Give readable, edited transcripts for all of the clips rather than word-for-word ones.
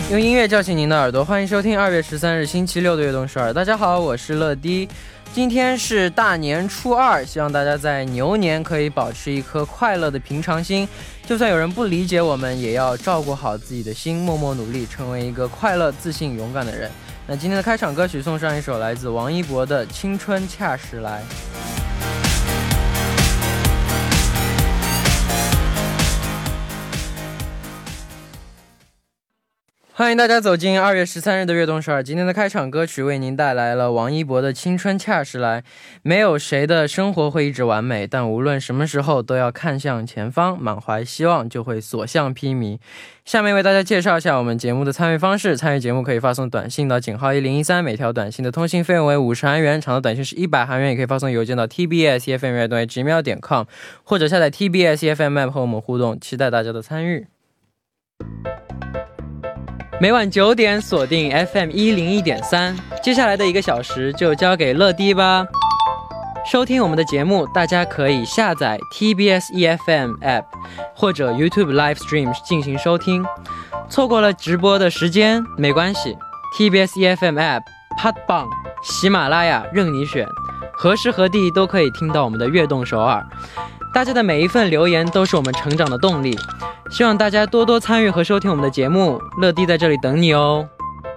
用音乐叫醒您的耳朵，欢迎收听2月13日星期六的悦动首尔。大家好，我是乐迪。今天是大年初二，希望大家在牛年可以保持一颗快乐的平常心，就算有人不理解我们，也要照顾好自己的心，默默努力，成为一个快乐、自信、勇敢的人。那今天的开场歌曲送上一首来自王一博的《青春恰时来》。欢迎大家走进2月13日的悦动首尔。今天的开场歌曲为您带来了王一博的《青春恰时来》。没有谁的生活会一直完美，但无论什么时候都要看向前方，满怀希望就会所向披靡。下面为大家介绍一下我们节目的参与方式。参与节目可以发送短信到井号1013，每条短信的通信费用为50韩元，长的短信是100韩元，也可以发送邮件到 tbsefm@gmail.com， 或者下载 TBS EFM App 和我们互动，期待大家的参与。每晚9点锁定 FM 101.3，接下来的1个小时就交给乐迪吧。收听我们的节目，大家可以下载 TBS EFM App 或者 YouTube Live Stream 进行收听。错过了直播的时间没关系， TBS EFM App、 팟빵、 喜马拉雅任你选，何时何地都可以听到我们的悦动首尔。大家的每一份留言都是我们成长的动力，希望大家多多参与和收听我们的节目，乐迪在这里等你哦。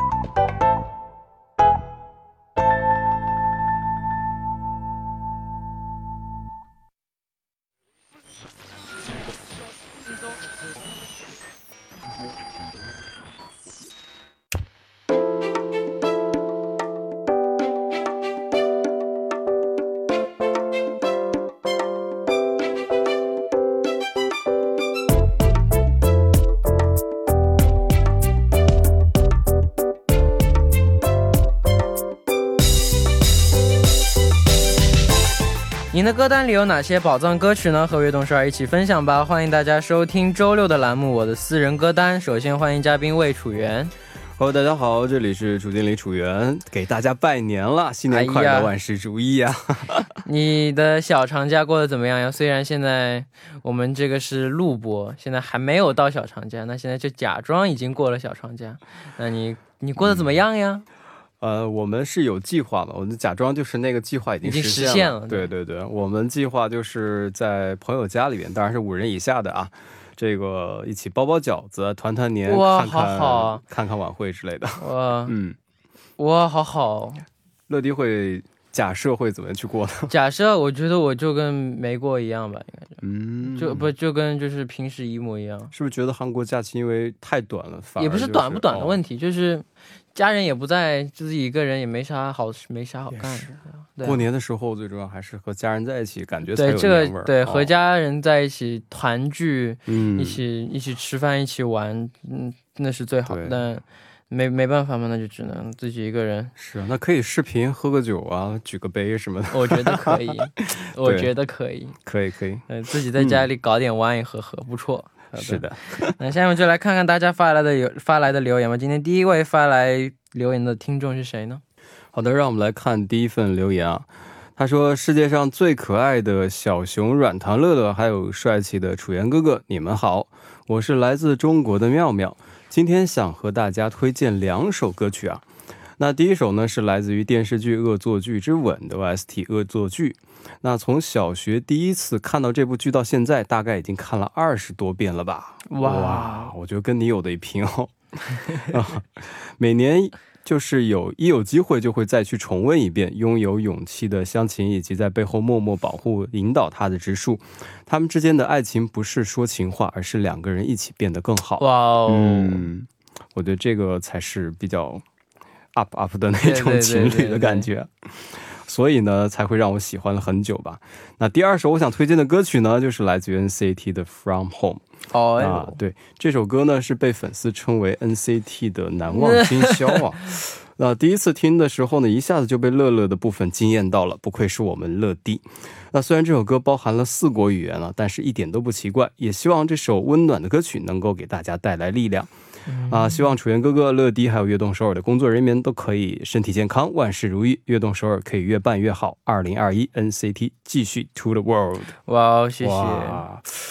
您的歌单里有哪些宝藏歌曲呢？和悦动首尔一起分享吧！欢迎大家收听周六的栏目《我的私人歌单》。首先欢迎嘉宾魏楚元。 Hello， 大家好，这里是主经理楚元，给大家拜年了，新年快乐，万事如意啊！ 你的小长假过得怎么样呀？虽然现在我们这个是录播，现在还没有到小长假，那现在就假装已经过了小长假。那你过得怎么样呀？ 我们是有计划嘛，我们假装就是那个计划已经实现了。对对对，我们计划就是在朋友家里边，当然是5人以下的啊，这个一起包包饺子，团团年，看看晚会之类的。哇，好好。乐迪会假设会怎么去过呢？假设我觉得我就跟没过一样吧，应该就跟就是平时一模一样。是不是觉得韩国假期因为太短了，也不是短不短的问题，就是家人也不在，自己一个人也没啥好干的。过年的时候最重要还是和家人在一起，感觉才有年味儿。对，和家人在一起团聚，一起吃饭，一起玩，那是最好的。但没办法嘛，那就只能自己一个人。是，那可以视频喝个酒啊，举个杯什么的。我觉得可以，我觉得可以，可以。自己在家里搞点wine喝，不错。是的。那下面我就来看看大家发来的留言吧。今天第一位发来留言的听众是谁呢？好的，让我们来看第一份留言啊。他说：世界上最可爱的小熊软糖乐乐，还有帅气的楚元哥哥，你们好，我是来自中国的妙妙，今天想和大家推荐2首歌曲啊。那第一首呢是来自于电视剧《恶作剧之吻》的 OST《恶作剧》。那从小学第一次看到这部剧到现在，大概已经看了20多遍了吧。哇，我觉得跟你有的一拼哦。每年就是有机会就会再去重温一遍，拥有勇气的湘琴以及在背后默默保护引导他的直树，他们之间的爱情不是说情话，而是2个人一起变得更好。哇哦，我觉得这个才是比较 up 的那种情侣的感觉。所以呢才会让我喜欢了很久吧。那第2首我想推荐的歌曲呢，就是来自于 NCT 的 From Home。对，这首歌呢是被粉丝称为 NCT 的难忘今宵啊。那第一次听的时候呢，一下子就被乐乐的部分惊艳到了，不愧是我们乐迪。那虽然这首歌包含了4国语言了，但是一点都不奇怪，也希望这首温暖的歌曲能够给大家带来力量。希望楚元哥哥、乐迪还有悦动首尔的工作人员都可以身体健康，万事如意，悦动首尔可以越办越好。2021 NCT 继续 To the World。哇，谢谢。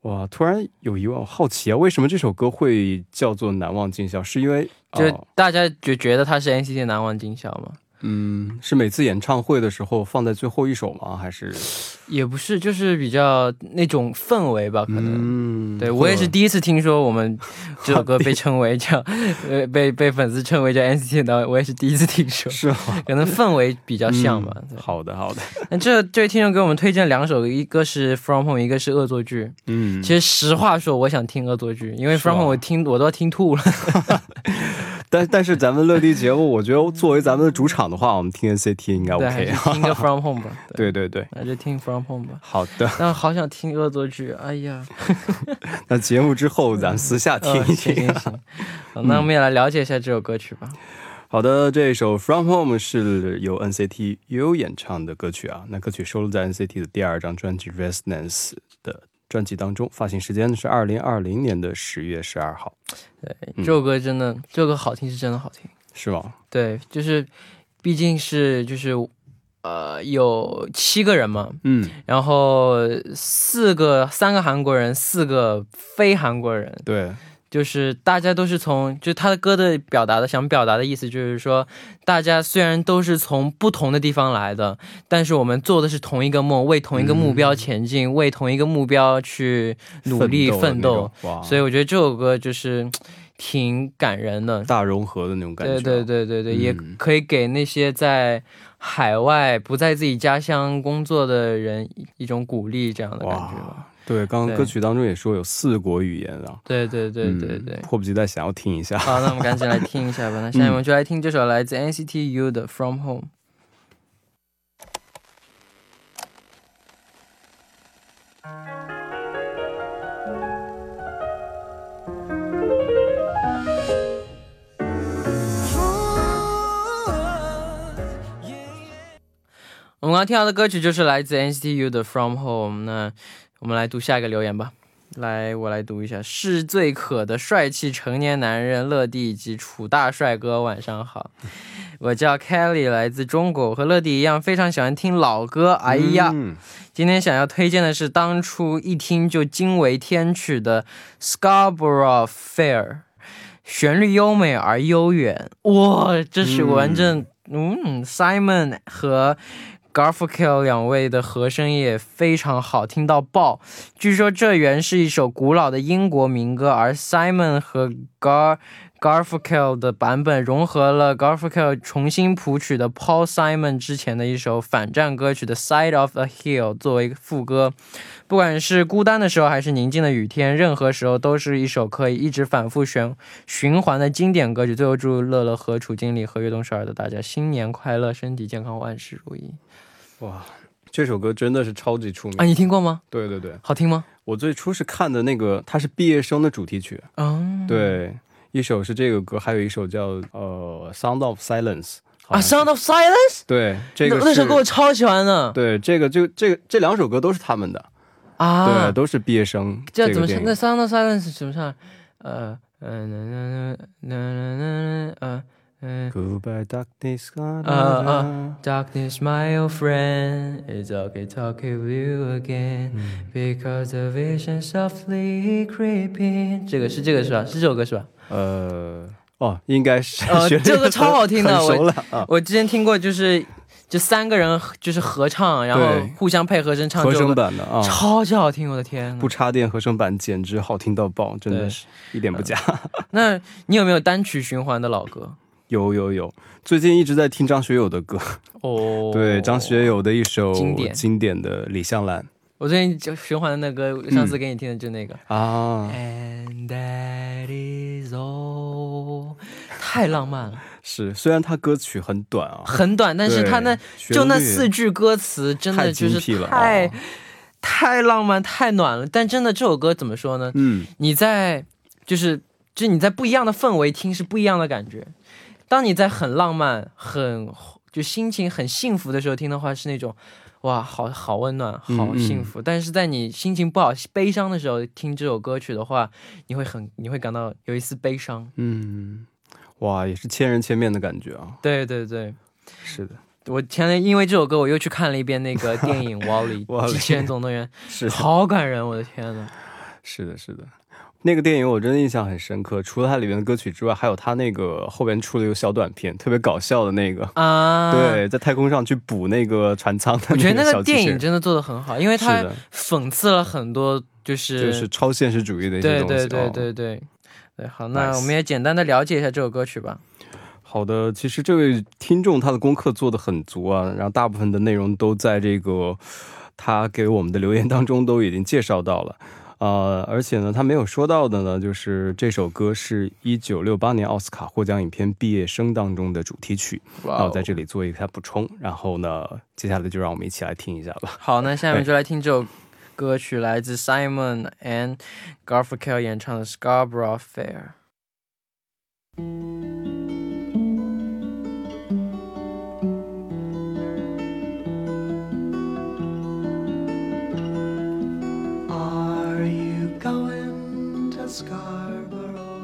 哇，突然有疑问，我好奇啊，为什么这首歌会叫做难忘今宵？是因为就大家就觉得它是 NCT 难忘今宵吗？ 是每次演唱会的时候放在最后一首吗？还是也不是，就是比较那种氛围吧，可能。对，我也是第一次听说我们这首歌被称为叫被粉丝称为叫 NCT 的，我也是第一次听说。 是吗？ 可能氛围比较像吧。 好的。 那这位听众给我们推荐2首，一个是 From Home， 一个是恶作剧。其实实话说，我想听恶作剧，因为 From Home 我都要听吐了。 但是咱们乐迪节目，我觉得作为咱们的主场的话，我们听 NCT 应该 OK。 对，听个 From Home 吧。 对， 那就听 From Home 吧。 好的。 但好想听恶作剧，哎呀。 那节目之后咱私下听一听。 行。好，那我们也来了解一下这首歌曲吧。 好的，这首 From Home 是由 NCT U 演唱的歌曲啊。那歌曲收录在 NCT 的第2张专辑 Resonance 的专辑当中，发行时间是2020年的10月12号。 对，这首歌真的，这首歌好听是真的好听。 是吗？ 对，就是毕竟是有7个人嘛，然后3个韩国人，4个非韩国人。 对， 就是大家都是就他的歌的想表达的意思就是说，大家虽然都是从不同的地方来的，但是我们做的是同一个梦，为同一个目标前进，为同一个目标去努力奋斗。所以我觉得这首歌就是挺感人的， 大融合的那种感觉。 对，也可以给那些在海外不在自己家乡工作的人一种鼓励，这样的感觉吧。 对，刚刚歌曲当中也说有4国语言啊。 对， 迫不及待想要听一下。 好，那我们赶紧来听一下吧。那下面我们就来听这首来自 NCT U 的 From Home。我们刚刚听到的歌曲就是来自 NCT U 的 From Home。那我们来读下一个留言吧。我来读一下。是最可的帅气成年男人乐迪以及楚大帅哥，晚上好。我叫 Kelly， 来自中国，和乐迪一样非常喜欢听老歌。哎呀，今天想要推荐的是当初一听就惊为天曲的 Scarborough Fair， 旋律优美而悠远。哇，这是完整Simon 和Garfunkel 2位的和声也非常好听到爆。据说这原是一首古老的英国民歌，而 Simon 和 Garfunkel 的版本融合了 Garfunkel 重新谱曲的 Paul Simon 之前的一首反战歌曲的 Side of a Hill 作为副歌。不管是孤单的时候还是宁静的雨天，任何时候都是一首可以一直反复循环的经典歌曲。最后祝乐乐和楚经理和悦动12的大家新年快乐，身体健康，万事如意。 哇，这首歌真的是超级出名啊！你听过吗？ 对， 好听吗？ 我最初是看的那个，它是毕业生的主题曲。对，一首是这个歌，还有一首叫Sound of Silence。 Sound of Silence。 对，这个那首歌我超喜欢的。 对，这2首歌都是他们的啊，对，都是毕业生。 这怎么唱？那 Sound of Silence 怎么唱 ？Goodbye darkness, darkness, my old friend. It's okay talking with you again, because the vision softly creeping. 这个是吧？是这首歌是吧？ 应该是。 这个超好听的，我之前听过，就3个人就是合唱，然后互相配合声唱， 合声版的啊， 超级好听，我的天！ 不插电合声版简直好听到爆，真的是一点不假。 那你有没有单曲循环的老歌？ 有，最近一直在听张学友的歌。对，张学友的一首经典的《李香兰》。 我最近就循环的那个，上次给你听的就那个啊。And that is all， 太浪漫了。 是，虽然它歌曲很短啊， 很短，但是它那4句歌词真的就是太浪漫、太暖了。但真的这首歌怎么说呢？你在你在不一样的氛围听是不一样的感觉。当你在很浪漫、心情很幸福的时候听的话，是那种哇，好温暖，好幸福。但是在你心情不好、悲伤的时候听这首歌曲的话，你会感到有一丝悲伤。 哇，也是千人千面的感觉啊。 对， 是的。 我前天因为这首歌，我又去看了一遍那个电影《WALL-E 机器人总动员》，是好感人，我的天哪！ 是的，是的。那个电影我真的印象很深刻，除了它里面的歌曲之外，还有它那个后边出了一个小短片，特别搞笑的那个啊，对，在太空上去补那个船舱的那个小机器人。 我觉得那个电影真的做得很好，因为它讽刺了很多就是超现实主义的一些东西。 对，好，那我们也简单的了解一下这首歌曲吧。 好的，其实这位听众他的功课做得很足啊，然后大部分的内容都在这个他给我们的留言当中都已经介绍到了。而且呢，他没有说到的呢，就是这首歌是1968年奥斯卡获奖影片《毕业生》当中的主题曲。那我在这里做一下补充，然后呢，接下来就让我们一起来听一下吧。 好，那下面就来听这首歌曲，来自 Simon and Garfunkel 演唱的《Scarborough Fair》。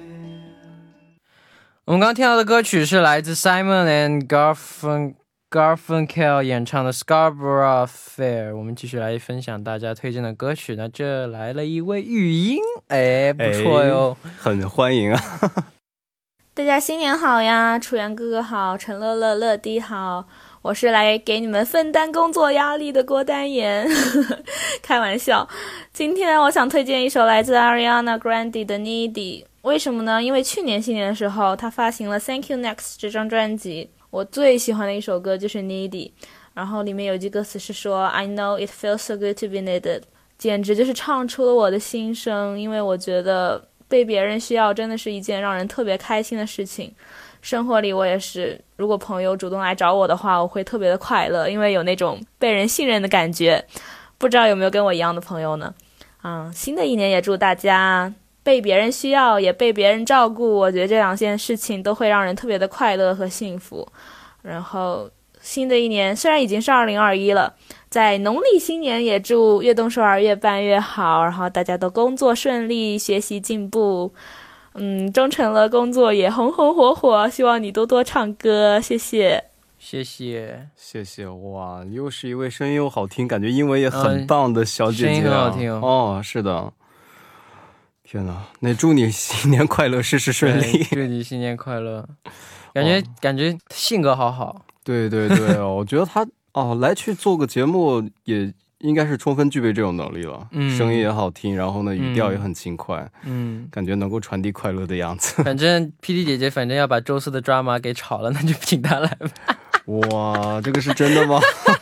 我们刚刚听到的歌曲是来自 Simon and Garfunkel 演唱的 Scarborough Fair。 我们继续来分享大家推荐的歌曲。那这来了一位语音，不错哟， 很欢迎啊。 大家新年好呀，楚阳哥哥好，陈乐乐乐迪好，我是来给你们分担工作压力的郭丹妍。开玩笑，今天我想推荐一首来自 Ariana Grande 的 Needy。 为什么呢？因为去年新年的时候她发行了 Thank You Next 这张专辑，我最喜欢的一首歌就是 Needy， 然后里面有一句歌词是说 I know it feels so good to be needed， 简直就是唱出了我的心声。因为我觉得被别人需要真的是一件让人特别开心的事情。生活里我也是，如果朋友主动来找我的话，我会特别的快乐，因为有那种被人信任的感觉。不知道有没有跟我一样的朋友呢？新的一年也祝大家被别人需要也被别人照顾，我觉得这两件事情都会让人特别的快乐和幸福。然后新的一年虽然已经是2021了，在农历新年也祝越动首尔越办越好，然后大家都工作顺利，学习进步，忠诚了工作也红红火火。希望你多多唱歌，谢谢。 谢谢。 哇，又是一位声音又好听，感觉英文也很棒的小姐姐，声音很好听哦。是的，天哪，那祝你新年快乐，事事顺利。 祝你新年快乐。感觉性格好好。 对，我觉得他来去做个节目也应该是充分具备这种能力了。声音也好听，然后呢语调也很轻快，感觉能够传递快乐的样子。 反正 PD 姐姐要把周四的 drama 给炒了，那就请她来吧。 哇，这个是真的吗？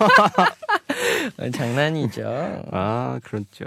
장난이죠 啊，그렇죠。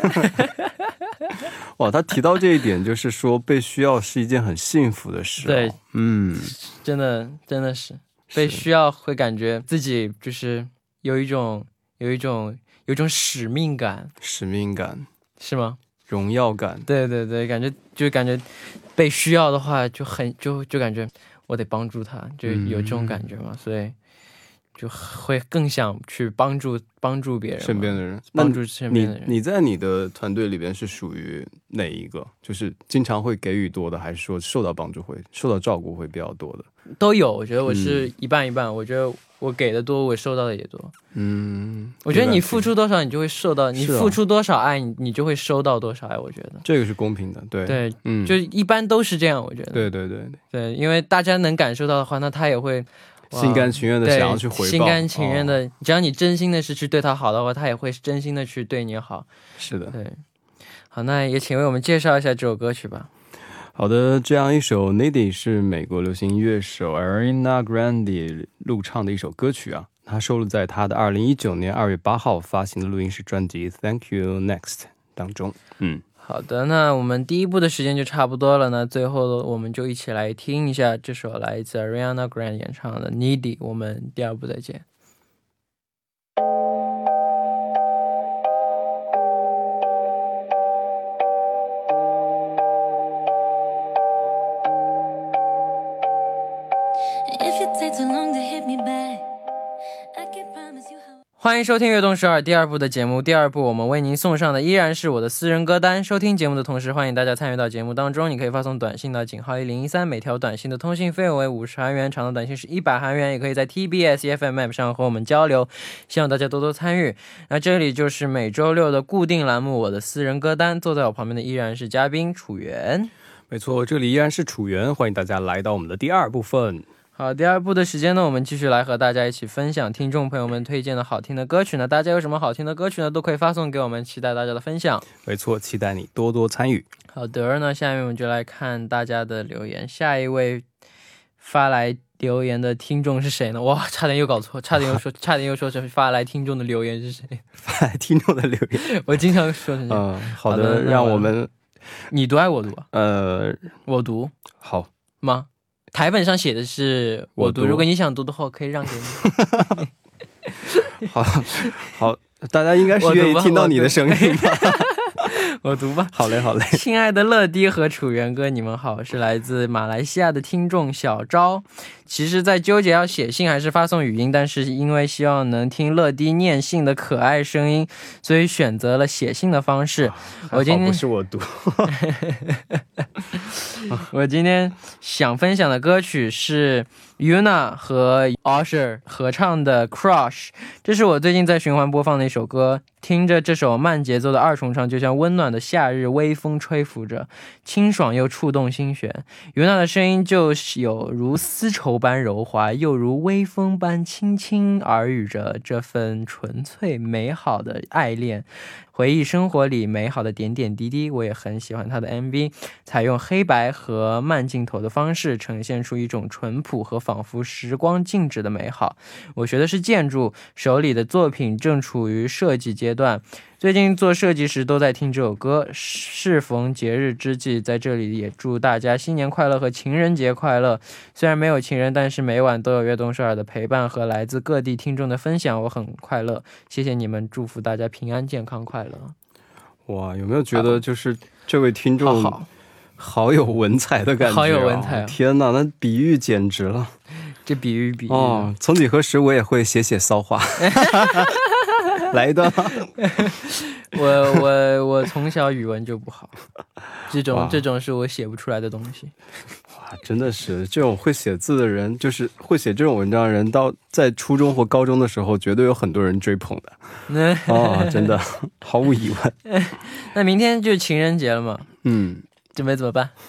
哇，他提到这一点，就是说被需要是一件很幸福的事。 对，真的是被需要，会感觉自己就是有一种使命感是吗？ 荣耀感。 对，感觉被需要的话就感觉我得帮助他，就有这种感觉嘛，所以就会更想去帮助别人， 身边的人， 帮助身边的人。 你在你的团队里边是属于哪一个？就是经常会给予多的，还是说受到帮助受到照顾会比较多的？ 都有，我觉得我是一半一半。我觉得我给的多，我收到的也多。我觉得你付出多少，你就会受到；你付出多少爱，你就会收到多少爱。我觉得这个是公平的，对， 就一般都是这样。我觉得，对，因为大家能感受到的话，那他也会心甘情愿的想要去回报， 心甘情愿的。只要你真心的是去对他好的话，他也会真心的去对你好。 是的， 对。好，那也请为我们介绍一下这首歌曲吧。 好的，这样一首 Needy 是美国流行音乐手 Ariana Grande 录唱的一首歌曲啊，它收录在她的2019年2月8号发行的录音室专辑 Thank You Next 当中。 好的，那我们第一部的时间就差不多了呢，最后我们就一起来听一下这首来自 Ariana Grande 演唱的 Needy。 我们第二部再见。 欢迎收听悦动首尔第2部的节目。第2部我们为您送上的依然是我的私人歌单。收听节目的同时，欢迎大家参与到节目当中。你可以发送短信到井号1013，每条短信的通信费用为50韩元，长的短信是100韩元。也可以在 TBS EFM App 上和我们交流，希望大家多多参与。那这里就是每周六的固定栏目我的私人歌单，坐在我旁边的依然是嘉宾楚源。 没错，这里依然是楚源，欢迎大家来到我们的第2部分。 好，第2部的时间呢，我们继续来和大家一起分享听众朋友们推荐的好听的歌曲呢。大家有什么好听的歌曲呢，都可以发送给我们，期待大家的分享。 没错，期待你多多参与。 好的，那下面我们就来看大家的留言。下一位发来留言的听众是谁呢？哇，差点又搞错，差点又说是发来听众的留言是谁？ 发来听众的留言， 我经常说成这样。 好的，让我们你读还是我读？我读。 好吗？台本上写的是我读，如果你想读的话，可以让给你。好，大家应该是愿意听到你的声音吧？ 我读吧。 好嘞，好嘞。 亲爱的乐迪和楚源哥，你们好，是来自马来西亚的听众小昭。其实在纠结要写信还是发送语音，但是因为希望能听乐迪念信的可爱声音，所以选择了写信的方式。我今天不是我读。 我今天想分享的歌曲是 Yuna 和 Usher 合唱的 Crush， 这是我最近在循环播放的一首歌。听着这首慢节奏的2重唱，就像温暖的夏日，微风吹拂着，清爽又触动心弦。Yuna 的声音就有如丝绸般柔滑，又如微风般轻轻耳语着这份纯粹美好的爱恋，回忆生活里美好的点点滴滴。我也很喜欢他的 MV， 采用黑白和慢镜头的方式，呈现出一种淳朴和仿佛时光静止的美好。我学的是建筑，手里的作品正处于设计阶段，最近做设计时都在听这首歌。适逢节日之际，在这里也祝大家新年快乐和情人节快乐。虽然没有情人，但是每晚都有悦动首尔的陪伴和来自各地听众的分享，我很快乐。谢谢你们，祝福大家平安健康快乐。 哇，有没有觉得就是这位听众好有文采的感觉？好有文采，天哪，那比喻简直了。 这比喻哦，从几何时我也会写骚话。来一段吗？ 我从小语文就不好，这种是我写不出来的东西。 哇，真的是这种会写字的人，就是会写这种文章的人，到在初中或高中的时候，绝对有很多人追捧的。哦，真的毫无疑问。 那明天就情人节了嘛？准备怎么办？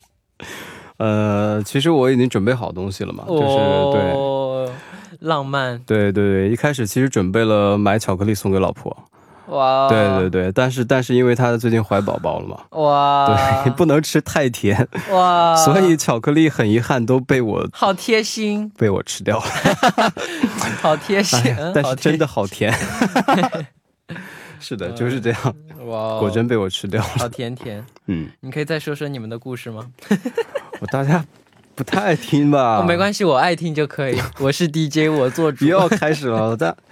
其实我已经准备好东西了嘛，就是对。 浪漫。 对对对，一开始其实准备了买巧克力送给老婆。哇，对对对，但是因为她最近怀宝宝了嘛，哇，对，不能吃太甜，哇，所以巧克力很遗憾都被我好贴心被我吃掉了。 好贴心， 但是真的好甜。是的，就是这样。哇，果真被我吃掉了， 好甜甜。你可以再说说你们的故事吗？ 大家不太爱听吧？ 没关系，我爱听就可以。我是 DJ， 我做主。 又要开始了，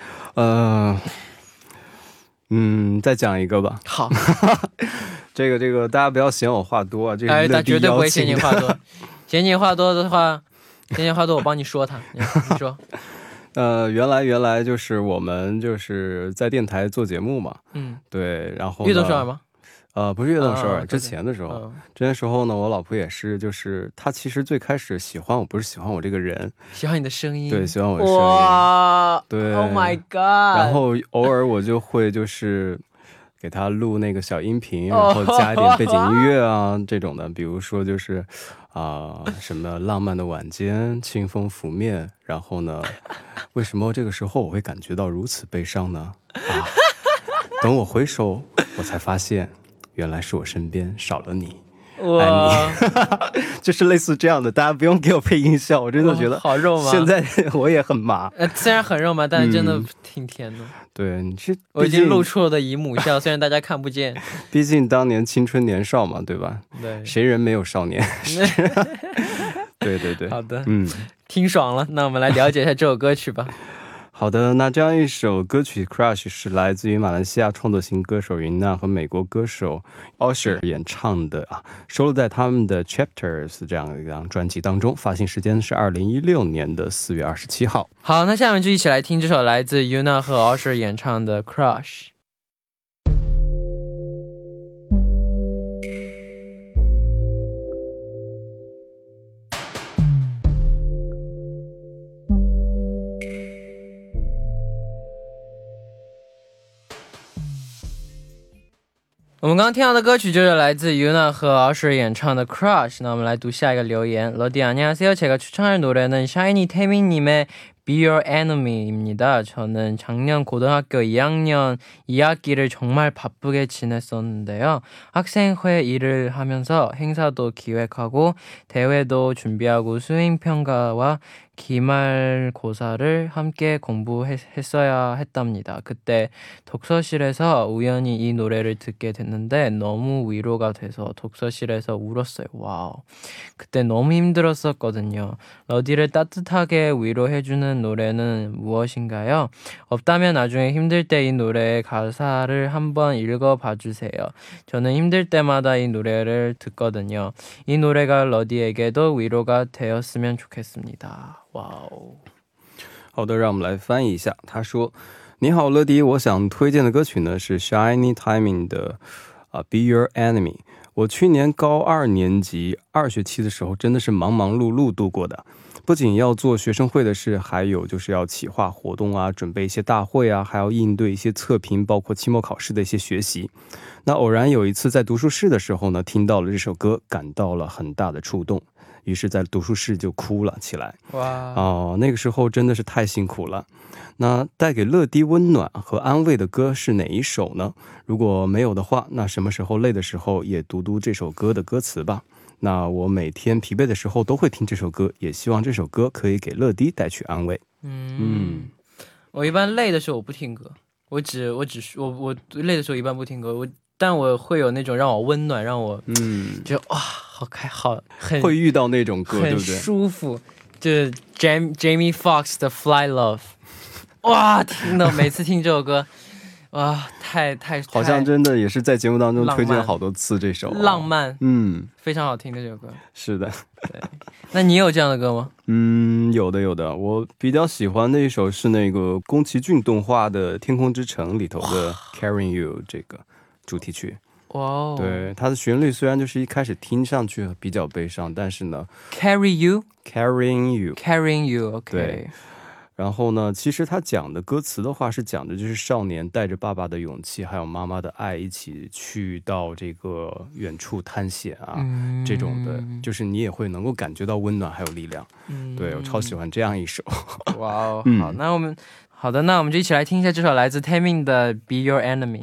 再讲一个吧。 好。 这个大家不要嫌我话多啊，这个他绝对不会嫌你话多。嫌你话多的话，我帮你说他。你说。 原来就是我们就是在电台做节目嘛。对，然后。 悦动首尔吗？ 不是悦动首尔，之前的时候呢，我老婆也是，就是她其实最开始喜欢我，不是喜欢我这个人， 喜欢你的声音， 对，喜欢我的声音， 哇， 对 ，Oh my God， 然后偶尔我就会就是给她录那个小音频，然后加一点背景音乐啊这种的，比如说就是什么浪漫的晚间，清风拂面，然后呢，为什么这个时候我会感觉到如此悲伤呢？等我回首，我才发现。原来是我身边少了你，爱你，就是类似这样的，大家不用给我配音效，我真的觉得好肉麻。 现在我也很麻， 虽然很肉麻，但是真的挺甜的。 对， 我已经露出了的姨母笑，虽然大家看不见。 毕竟当年青春年少嘛，对吧？ 对， 谁人没有少年？对对对， 好的，听爽了，那我们来了解一下这首歌曲吧。 好的，那这样一首歌曲 Crush 是来自于马来西亚创作型歌手云娜和美国歌手 Usher 演唱的啊，收录在他们的 Chapters 这样一张专辑当中，发行时间是2016年的4月27号。 好，那下面就一起来听这首来自 Yuna 和 Usher 演唱的 Crush。我们刚刚听到的歌曲就是来自 Yuna 和 Usher 演唱的 Crush。 那我们来读下一个留言。러디 안녕하세요. 제가 추천할 노래는 샤이니 태민님의 Be Your Enemy입니다. 저는 작년 고등학교 2학년 2학기를 정말 바쁘게 지냈었는데요. 학생회 일을 하면서 행사도 기획하고 대회도 준비하고 수행평가와 기말고사를 함께 공부했어야 했답니다. 그때 독서실에서 우연히 이 노래를 듣게 됐는데 너무 위로가 돼서 독서실에서 울었어요. 와우. 그때 너무 힘들었었거든요. 러디를 따뜻하게 위로해주는 노래는 무엇인가요? 없다면 나중에 힘들 때 이 노래의 가사를 한번 읽어봐주세요. 저는 힘들 때마다 이 노래를 듣거든요. 이 노래가 러디에게도 위로가 되었으면 좋겠습니다. 와우. 好的，让我们来翻译一下。他说：“你好，乐迪，我想推荐的歌曲呢是 Shiny Timing 的Be Your Enemy。我去年高2年级2学期的时候，真的是忙忙碌碌度过的。不仅要做学生会的事，还有就是要企划活动啊，准备一些大会啊，还要应对一些测评，包括期末考试的一些学习。那偶然有一次在读书室的时候呢，听到了这首歌，感到了很大的触动。”于是在读书室就哭了起来。哇，那个时候真的是太辛苦了。那带给乐迪温暖和安慰的歌是哪一首呢？如果没有的话，那什么时候累的时候也读读这首歌的歌词吧。那我每天疲惫的时候都会听这首歌，也希望这首歌可以给乐迪带去安慰。 我一般累的时候我不听歌，我累的时候一般不听歌，但我会有那种让我温暖，让我觉得哇好很会遇到那种歌，对不对？ 很舒服，就是 Jamie Foxx 的 Fly Love。 哇，听的每次听这首歌，哇，太好像真的也是在节目当中推荐好多次这首浪漫，非常好听的这首歌。 是的， 对。那你有这样的歌吗？ 有的。我比较喜欢的一首是那个宫崎骏动画的《天空之城》里头的 Carrying You 这个主题曲。哇，对，它的旋律虽然就是一开始听上去比较悲伤，但是呢 Carrying You OK。 对，然后呢其实它讲的歌词的话是讲的就是少年带着爸爸的勇气还有妈妈的爱一起去到这个远处探险啊，这种的就是你也会能够感觉到温暖还有力量。对，我超喜欢这样一首。 哇哦，好的，那我们就一起来听一下这首来自 Taemin 的 Be Your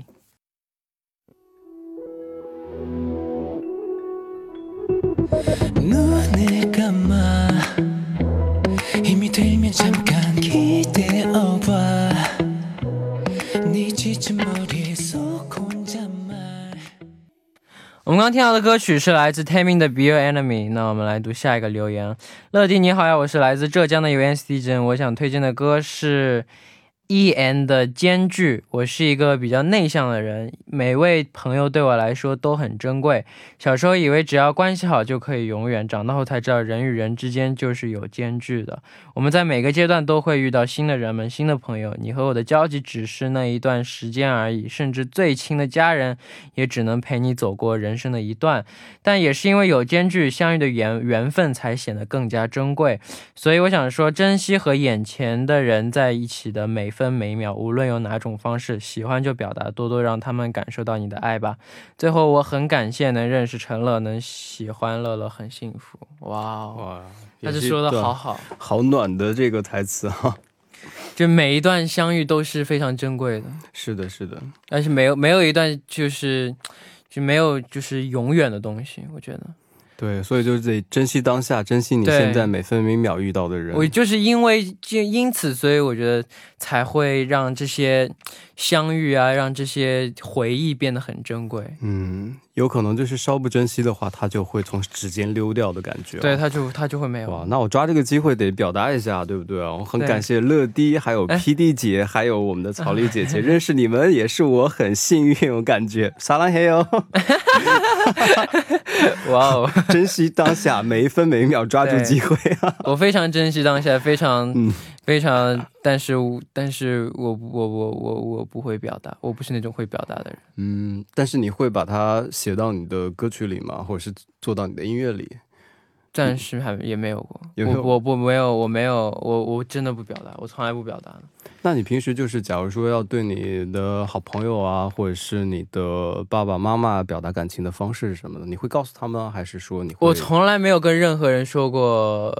Enemy。눈을 감아 힘이 들면 잠깐 기대어봐 네 지친 머릿속 혼잣말。 我们刚听到的歌曲是来自 Taemin 的 Be Your Enemy。 那我们来读下一个留言。乐迪你好呀，我是来自浙江的一位 NCTzen， 我想推荐的歌是EN 的间距。我是一个比较内向的人，每位朋友对我来说都很珍贵。小时候以为只要关系好就可以永远，长大后才知道人与人之间就是有间距的。我们在每个阶段都会遇到新的人们，新的朋友，你和我的交集只是那一段时间而已，甚至最亲的家人也只能陪你走过人生的一段。但也是因为有间距，相遇的缘分才显得更加珍贵。所以我想说，珍惜和眼前的人在一起的每分每秒，无论有哪种方式，喜欢就表达，多多让他们感受到你的爱吧。最后我很感谢能认识陈乐，能喜欢乐乐，很幸福。哇，他就说的好暖的这个台词哈。 就每一段相遇都是非常珍贵的。是的，而且没有一段就没有就是永远的东西，我觉得。 对，所以就得珍惜当下，珍惜你现在每分每秒遇到的人。 我就是因此，所以我觉得才会让这些相遇啊，让这些回忆变得很珍贵。 有可能就是稍不珍惜的话，它就会从指尖溜掉的感觉。 对，它就会没有。 哇，那我抓这个机会得表达一下，对不对？我很感谢乐迪，还有 PD 姐，还有我们的曹丽姐姐，认识你们也是我很幸运，我感觉。撒浪嘿哟！哇哦，珍惜当下，每一分每一秒抓住机会啊！ 我非常珍惜当下，非常。但是我不会表达，我不是那种会表达的人。但是你会把它写到你的歌曲里吗？或者是做到你的音乐里？ 暂时也没有过。我真的不表达，我从来不表达。 那你平时就是假如说要对你的好朋友啊，或者是你的爸爸妈妈表达感情的方式是什么呢？你会告诉他们，还是说你会？ 我从来没有跟任何人说过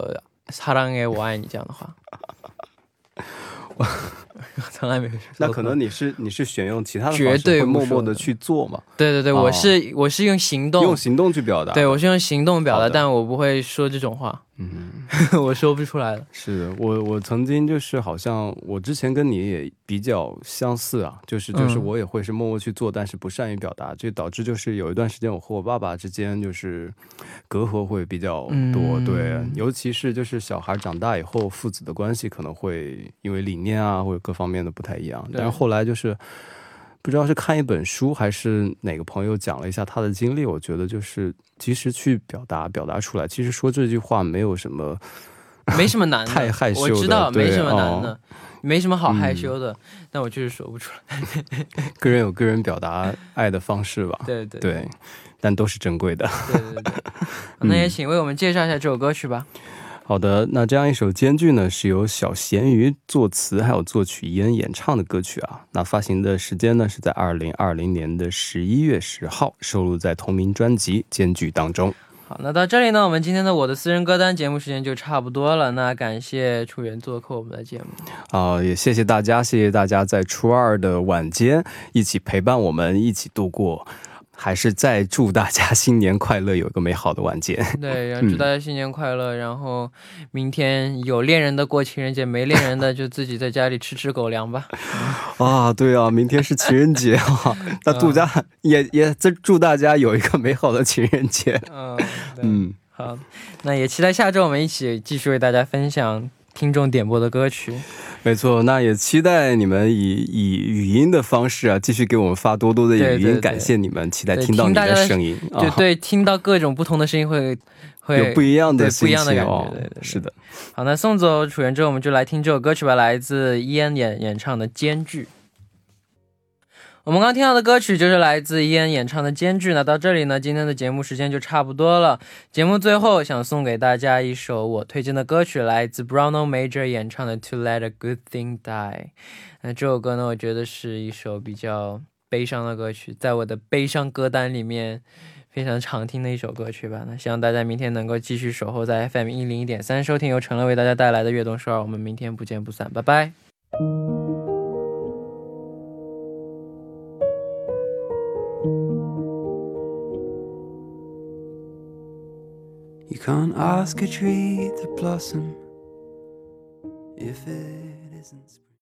사랑해我爱你这样的话。我从来没有说。 那可能你是选用其他的方式，绝对默默的去做嘛。 对，我是用行动去表达。 对，我是用行动表达，但我不会说这种话。我说不出来了。 是的，我曾经就是好像我之前跟你也比较相似啊，就是我也会是默默去做，但是不善于表达，就导致就是有一段时间我和我爸爸之间就是隔阂会比较多。对，尤其是就是小孩长大以后，父子的关系可能会因为理念啊或者各方面的不太一样。但是后来就是不知道是看一本书还是哪个朋友讲了一下他的经历，我觉得就是及时去表达出来，其实说这句话没有什么难的， 太害羞的。 我知道没什么难的，没什么好害羞的，但我就是说不出来。 个人有个人表达爱的方式吧。对，但都是珍贵的。 对。那也请为我们介绍一下这首歌曲吧。 好的，那这样一首《间距》呢，是由小咸鱼作词还有作曲伊恩演唱的歌曲啊。那发行的时间呢是在2020年的11月10号，收录在同名专辑《间距》当中。 好，那到这里呢，我们今天的我的私人歌单节目时间就差不多了。那感谢楚原做客我们的节目。 也谢谢大家在初二的晚间一起陪伴我们一起度过。还是再祝大家新年快乐，有一个美好的晚间。 对，然后祝大家新年快乐，然后明天有恋人的过情人节，没恋人的就自己在家里吃狗粮吧。 对啊，明天是情人节啊，那也祝大家有一个美好的情人节。 好，那也期待下周我们一起继续为大家分享听众点播的歌曲。 没错，那也期待你们以语音的方式啊，继续给我们发多多的语音。感谢你们，期待听到你的声音。 对，听到各种不同的声音会有不一样的心情哦。对， 是的。 好，那送走楚原之后，我们就来听这首歌曲吧，来自伊恩演唱的《间距》。我们刚听到的歌曲就是来自伊恩演唱的《间距》。那到这里呢，今天的节目时间就差不多了。节目最后想送给大家一首我推荐的歌曲，来自 Bruno Major 演唱的《To Let a Good Thing Die》。那这首歌呢，我觉得是一首比较悲伤的歌曲，在我的悲伤歌单里面非常常听的一首歌曲吧。那希望大家明天能够继续守候在 FM 101.3，收听由陈乐为大家带来的悦动首尔。我们明天不见不散，拜拜。 You can't ask a tree to blossom if it isn't spring.